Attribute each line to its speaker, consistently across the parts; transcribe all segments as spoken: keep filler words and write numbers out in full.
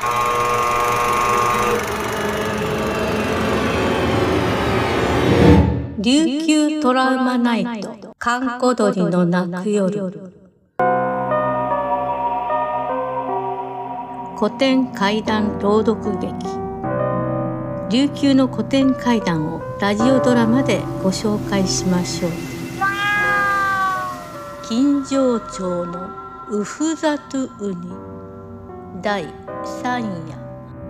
Speaker 1: 琉球トラウマナイト、閑古鳥の鳴く夜。古典怪談朗読劇。琉球の古典怪談をラジオドラマでご紹介しましょう。金城町のウフザトゥウニだいさん夜。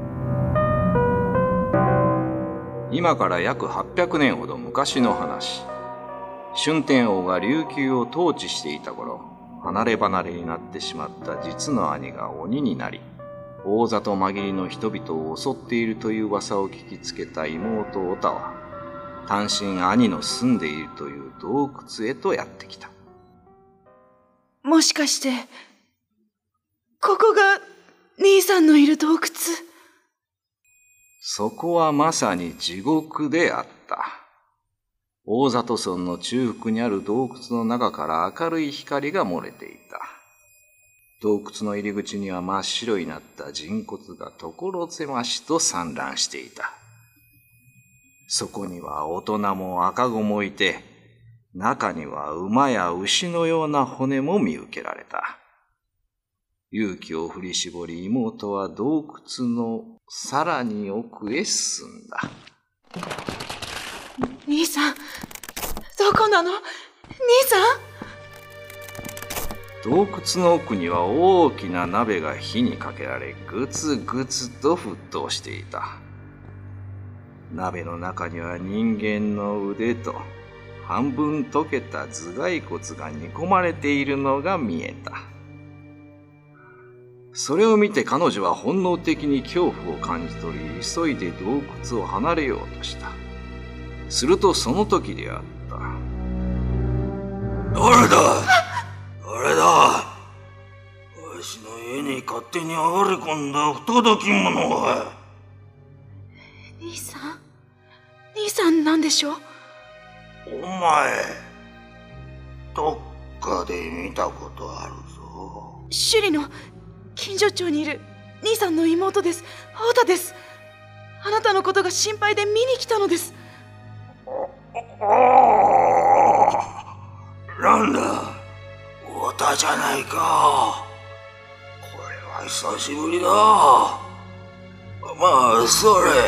Speaker 2: 今から約はっぴゃくねんほど昔の話。春天王が琉球を統治していた頃、離れ離れになってしまった実の兄が鬼になり、大里紛りの人々を襲っているという噂を聞きつけた妹オタは、単身兄の住んでいるという洞窟へとやってきた。
Speaker 3: もしかして、ここが兄さんのいる洞窟？
Speaker 2: そこはまさに地獄であった。大里村の中腹にある洞窟の中から明るい光が漏れていた。洞窟の入り口には真っ白になった人骨が所狭しと散乱していた。そこには大人も赤子もいて、中には馬や牛のような骨も見受けられた。勇気を振り絞り、妹は洞窟のさらに奥へ進んだ。
Speaker 3: 兄さん、どこなの？兄さ
Speaker 2: ん？洞窟の奥には大きな鍋が火にかけられ、ぐつぐつと沸騰していた。鍋の中には人間の腕と半分溶けた頭蓋骨が煮込まれているのが見えた。それを見て彼女は本能的に恐怖を感じ取り、急いで洞窟を離れようとした。するとその時であった。
Speaker 4: 誰だ？誰だ？わしの家に勝手に上がり込んだ不届き者は。
Speaker 3: 兄さん？兄さんなんでしょう？
Speaker 4: お前、どっかで見たことあるぞ。
Speaker 3: 首里の金城町にいる兄さんの妹です。オタです。あなたのことが心配で見に来たのです。
Speaker 4: なんだ、オタじゃないか。これは久しぶりだ。まあ、それ。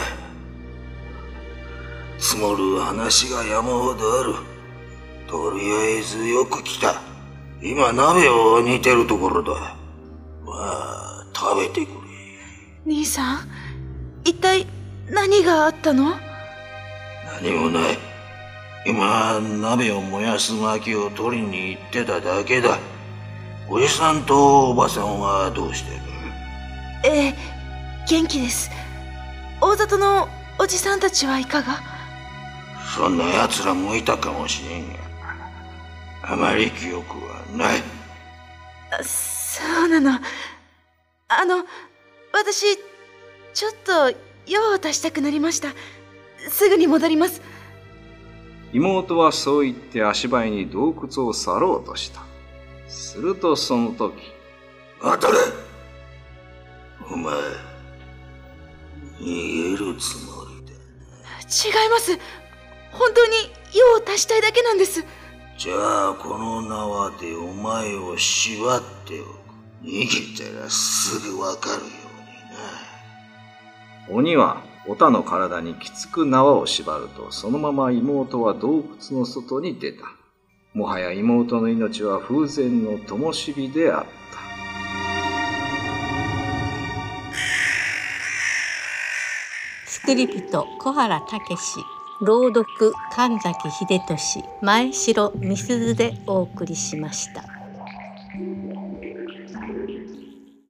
Speaker 4: 積もる話が山ほどある。とりあえずよく来た。今鍋を煮てるところだ。まあ、食べてくれ。
Speaker 3: 兄さん、一体何があったの？
Speaker 4: 何もない。今、鍋を燃やす薪を取りに行ってただけだ。おじさんとおばさんはどうしてる？
Speaker 3: ええ、元気です。大里のおじさんたちはいかが？
Speaker 4: そんな奴らもいたかもしれんが、あまり記憶はない。
Speaker 3: そうなの。あの、私、ちょっと用を足したくなりました。すぐに戻ります。
Speaker 2: 妹はそう言って足早に洞窟を去ろうとした。するとその時、
Speaker 4: 待たれ！お前、逃げるつもりだ。
Speaker 3: 違います。本当に用を足したいだけなんです。
Speaker 4: じゃあこの縄でお前を縛っておく。逃げたらすぐわかるよ
Speaker 2: うにな。鬼はオタの体にきつく縄を縛ると、そのまま妹は洞窟の外に出た。もはや妹の命は風前の灯火であった。
Speaker 1: スクリプト小原武史、朗読神崎秀俊、前城美鈴でお送りしました。